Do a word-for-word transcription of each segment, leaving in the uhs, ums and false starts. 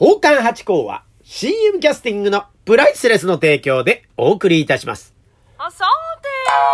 宝冠八甲は シーエム キャスティングのプライスレスの提供でお送りいたします。 あ、さて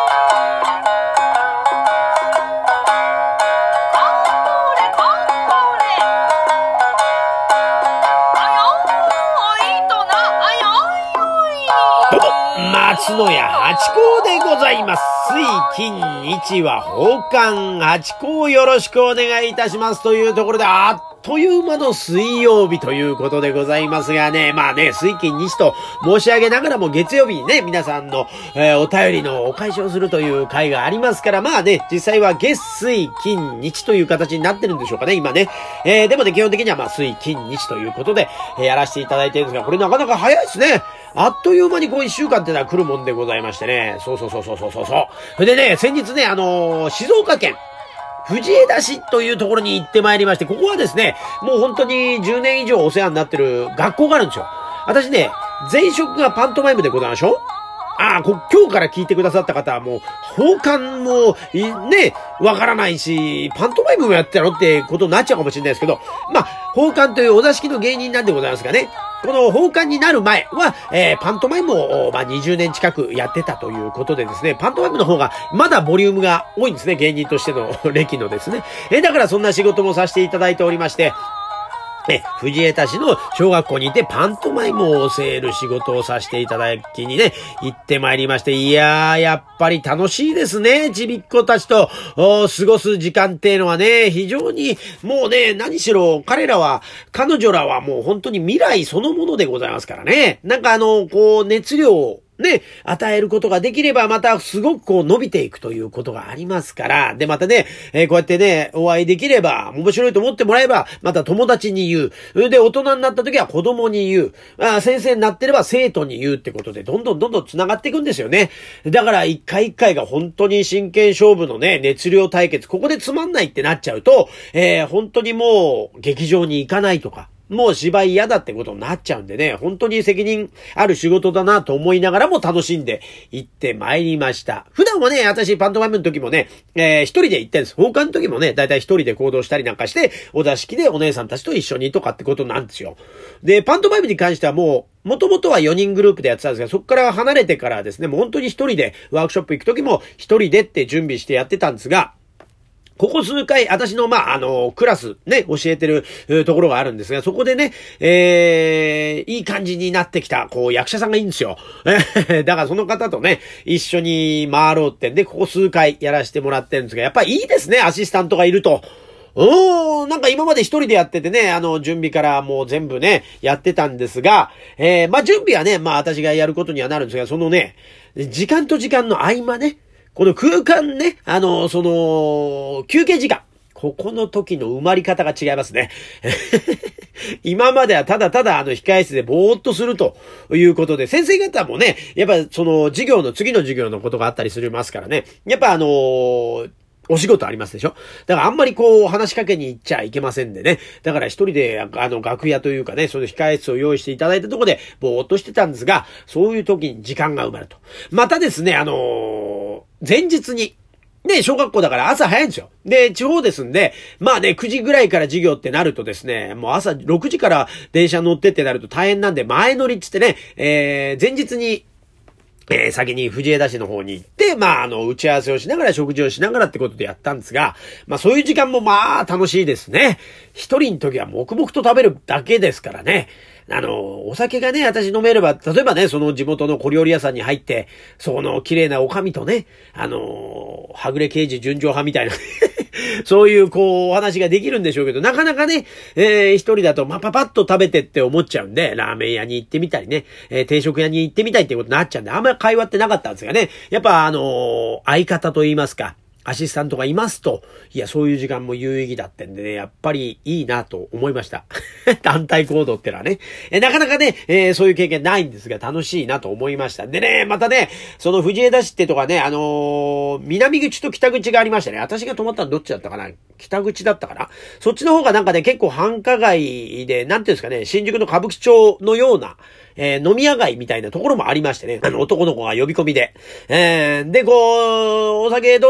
松野屋八甲でございます。水金日は宝冠八甲よろしくお願いいたしますというところで、あっという間の水曜日ということでございますがね、まあね、水金日と申し上げながらも月曜日にね、皆さんの、えー、お便りのお返しをするという回がありますから、まあね、実際は月水金日という形になってるんでしょうかね、今ね。えー、でもね、基本的にはまあ水金日ということで、えー、やらせていただいてるんですが、これなかなか早いですね。あっという間にこう一週間ってのは来るもんでございましてね。そうそうそうそうそうそう。それでね、先日ね、あのー、静岡県、藤枝市というところに行ってまいりまして、ここはですね、もう本当にじゅうねん以上お世話になってる学校があるんですよ。私ね、前職がパントマイムでございましょう。ああ、こ、今日から聞いてくださった方はもう、宝冠も、ね、わからないし、パントマイムもやってやろってことになっちゃうかもしれないですけど、まあ、宝冠というお座敷の芸人なんでございますがね、この宝冠になる前は、えー、パントマイムを、まあ、にじゅうねん近くやってたということでですね、パントマイムの方がまだボリュームが多いんですね、芸人としての歴のですね。えー、だからそんな仕事もさせていただいておりまして、え、藤枝市の小学校にいてパントマイムを教える仕事をさせていただきにね、行ってまいりまして、いやー、やっぱり楽しいですね。ちびっ子たちと過ごす時間っていうのはね、非常にもうね、何しろ彼らは、彼女らはもう本当に未来そのものでございますからね。なんかあの、こう、熱量をね、与えることができればまたすごくこう伸びていくということがありますから。で、またね、えー、こうやってね、お会いできれば、面白いと思ってもらえば、また友達に言う。で、大人になった時は子供に言う。あ、先生になってれば生徒に言うってことで、どんどんどんどん繋がっていくんですよね。だから一回一回が本当に真剣勝負のね、熱量対決。ここでつまんないってなっちゃうと、えー、本当にもう劇場に行かないとか。もう芝居嫌だってことになっちゃうんでね、本当に責任ある仕事だなと思いながらも楽しんで行ってまいりました。普段はね、私パントマイムの時もね、えー、一人で行ってるんです。放課の時もね、だいたい一人で行動したりなんかして、お座敷でお姉さんたちと一緒にとかってことなんですよ。で、パントマイムに関してはもう、もともとはよにんグループでやってたんですが、そこから離れてからですね、もう本当に一人でワークショップ行く時も一人でって準備してやってたんですが、ここ数回、私の、まあ、あの、クラスね、教えてるところがあるんですが、そこでね、えー、いい感じになってきた、こう、役者さんがいいんですよ。だからその方とね、一緒に回ろうってんで、ここ数回やらせてもらってるんですが、やっぱりいいですね、アシスタントがいると。うーん、なんか今まで一人でやっててね、あの、準備からもう全部ね、やってたんですが、えー、まあ、準備はね、まあ、私がやることにはなるんですが、そのね、時間と時間の合間ね、この空間ね、あの、その、休憩時間。ここの時の埋まり方が違いますね。今まではただただあの控室でぼーっとするということで、先生方もね、やっぱその授業の次の授業のことがあったりするますからね。やっぱあのー、お仕事ありますでしょ。だからあんまりこう話しかけに行っちゃいけませんでね。だから一人であの楽屋というかね、その控室を用意していただいたところでぼーっとしてたんですが、そういう時に時間が埋まると。またですね、あのー、前日に、ね、小学校だから朝早いんですよ。で、地方ですんで、まあね、くじぐらいから授業ってなるとですね、もう朝ろくじから電車乗ってってなると大変なんで、前乗りっつってね、えー、前日に、えー、先に藤枝市の方に行って、まあ、あの、打ち合わせをしながら食事をしながらってことでやったんですが、まあ、そういう時間もまあ、楽しいですね。一人の時は黙々と食べるだけですからね。あの、お酒がね、私飲めれば、例えばね、その地元の小料理屋さんに入って、その綺麗なおかみとね、あの、はぐれ刑事純情派みたいな、そういうこう、お話ができるんでしょうけど、なかなかね、えー、一人だと、まあ、パパッと食べてって思っちゃうんで、ラーメン屋に行ってみたりね、えー、定食屋に行ってみたいっていうことになっちゃうんで、あんまり会話ってなかったんですがね、やっぱあの、相方と言いますか、アシスタントがいますと、いや、そういう時間も有意義だってんでね、やっぱりいいなと思いました。団体行動ってのはね。えなかなかね、えー、そういう経験ないんですが、楽しいなと思いました。でね、またね、その藤枝市ってとかね、あのー、南口と北口がありましたね。私が泊まったのどっちだったかな？北口だったかな？そっちの方がなんかね、結構繁華街で、なんていうんですかね、新宿の歌舞伎町のような、えー、飲み屋街みたいなところもありましてね、あの男の子が呼び込みで、えー、で、こう、お酒どうですかなん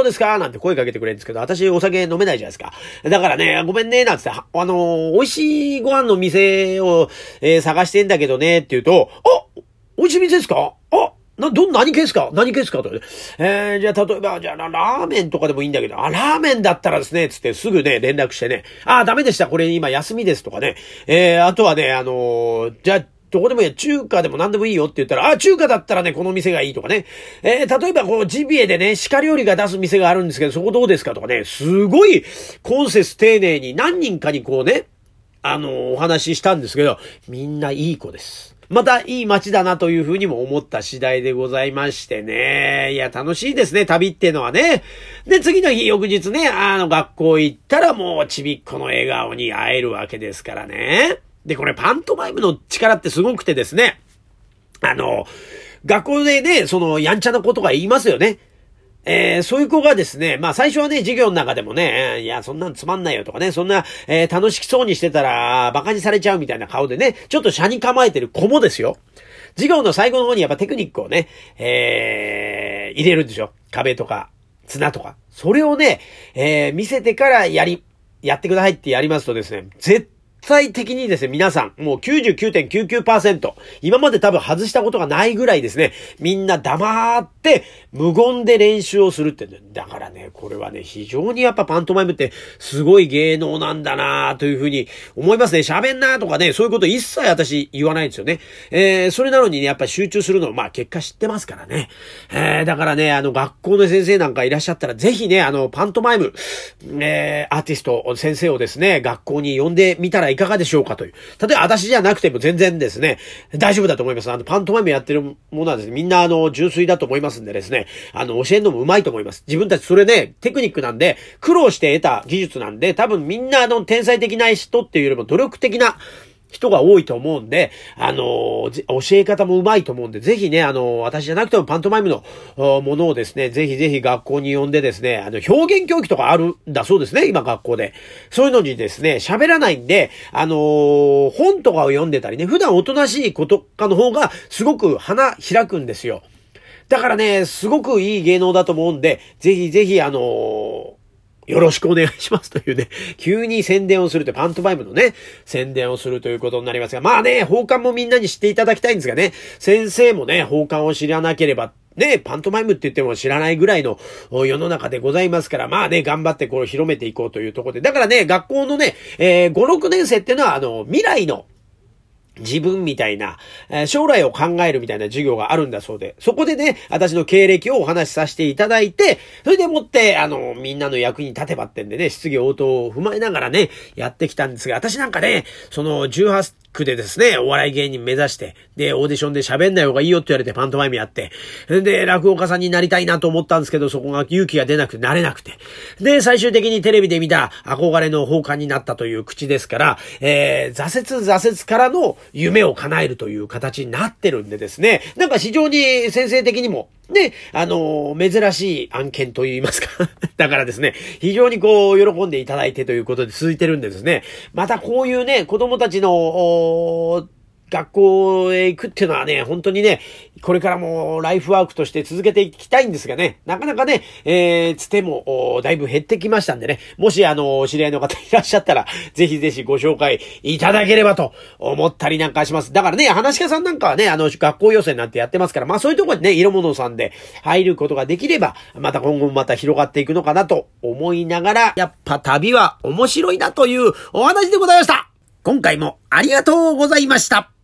なんて声かけてくれるんですけど、私お酒飲めないじゃないですか。だからね、ごめんね、なんつって、あのー、美味しいご飯の店を、えー、探してんだけどね、って言うと、あ、美味しい店ですか？あ、な、ど、何系ですか？何系ですか？と。えー、じゃあ、例えば、じゃあ、ラーメンとかでもいいんだけど、あ、ラーメンだったらですね、つってすぐね、連絡してね、あ、ダメでした、これ今休みですとかね、えー、あとはね、あのー、じゃあ、どこでもいいや、中華でも何でもいいよって言ったら、あ、中華だったらね、この店がいいとかね。えー、例えばこう、ジビエでね、鹿料理が出す店があるんですけど、そこどうですかとかね、すごい、今節丁寧に何人かにこうね、あのー、お話ししたんですけど、みんないい子です。またいい街だなというふうにも思った次第でございましてね。いや、楽しいですね、旅っていうのはね。で、次の日、翌日ね、あの、学校行ったらもう、ちびっこの笑顔に会えるわけですからね。で、これパントマイムの力ってすごくてですね。あの、学校でね、その、やんちゃな子とか言いますよね。えー、そういう子がですね、まあ最初はね、授業の中でもね、いや、そんなんつまんないよとかね、そんな、えー、楽しそうにしてたら、馬鹿にされちゃうみたいな顔でね、ちょっと車に構えてる子もですよ。授業の最後の方にやっぱテクニックをね、えー、入れるんですよ。壁とか、綱とか。それをね、えー、見せてからやり、やってくださいってやりますとですね、絶絶対的にですね、皆さん、もう きゅうじゅうきゅうてんきゅうきゅうパーセント、今まで多分外したことがないぐらいですね、みんな黙って、無言で練習をするって、ね。だからね、これはね、非常にやっぱパントマイムってすごい芸能なんだなというふうに思いますね。喋んなとかね、そういうこと一切私言わないんですよね。えー、それなのにね、やっぱり集中するのを、まあ結果知ってますからね。えー、だからね、あの、学校の先生なんかいらっしゃったら、ぜひね、あの、パントマイム、えー、アーティスト、先生をですね、学校に呼んでみたらいかがでしょうかという。例えば私じゃなくても全然ですね、大丈夫だと思います。あの、パントマイムやってるものはですね、みんなあの、純粋だと思いますんでですね、あの、教えるのも上手いと思います。自分たちそれね、テクニックなんで、苦労して得た技術なんで、多分みんなあの、天才的な人っていうよりも努力的な人が多いと思うんで、あのー、教え方も上手いと思うんで、ぜひね、あのー、私じゃなくてもパントマイムのものをですね、ぜひぜひ学校に呼んでですね、あの、表現教育とかあるんだそうですね、今学校で。そういうのにですね、喋らないんで、あのー、本とかを読んでたりね、普段おとなしい子とかの方がすごく花開くんですよ。だからね、すごくいい芸能だと思うんで、ぜひぜひあのー、よろしくお願いしますというね、急に宣伝をするってパントマイムのね、宣伝をするということになりますが、まあね、放課もみんなに知っていただきたいんですがね、先生もね、放課を知らなければ、ね、パントマイムって言っても知らないぐらいの世の中でございますから、まあね、頑張ってこれを広めていこうというところで、だからね、学校のね、えー、ご、ろくねん生っていうのは、あの、未来の、自分みたいな、えー、将来を考えるみたいな授業があるんだそうで、そこでね、私の経歴をお話しさせていただいて、それでもって、あの、みんなの役に立てばってんでね、質疑応答を踏まえながらね、やってきたんですが、私なんかね、そのじゅうはち区でですね、お笑い芸人目指して、で、オーディションで喋んない方がいいよって言われてパントマイムやって、で、落語家さんになりたいなと思ったんですけど、そこが勇気が出なくてなれなくて、で、最終的にテレビで見た憧れの放課になったという口ですから、えー、挫折挫折からの夢を叶えるという形になってるんでですね、なんか非常に先生的にも、ね、あのー、珍しい案件と言いますか。だからですね、非常にこう、喜んでいただいてということで続いてるんでですね、またこういうね、子供たちの、学校へ行くっていうのはね、本当にね、これからもライフワークとして続けていきたいんですがね、なかなかね、えー、つてもだいぶ減ってきましたんでね、もしあの、知り合いの方いらっしゃったら、ぜひぜひご紹介いただければと思ったりなんかします。だからね、話し家さんなんかはね、あの、学校予選なんてやってますから、まあそういうところにね、色物さんで入ることができれば、また今後もまた広がっていくのかなと思いながら、やっぱ旅は面白いなというお話でございました。今回もありがとうございました。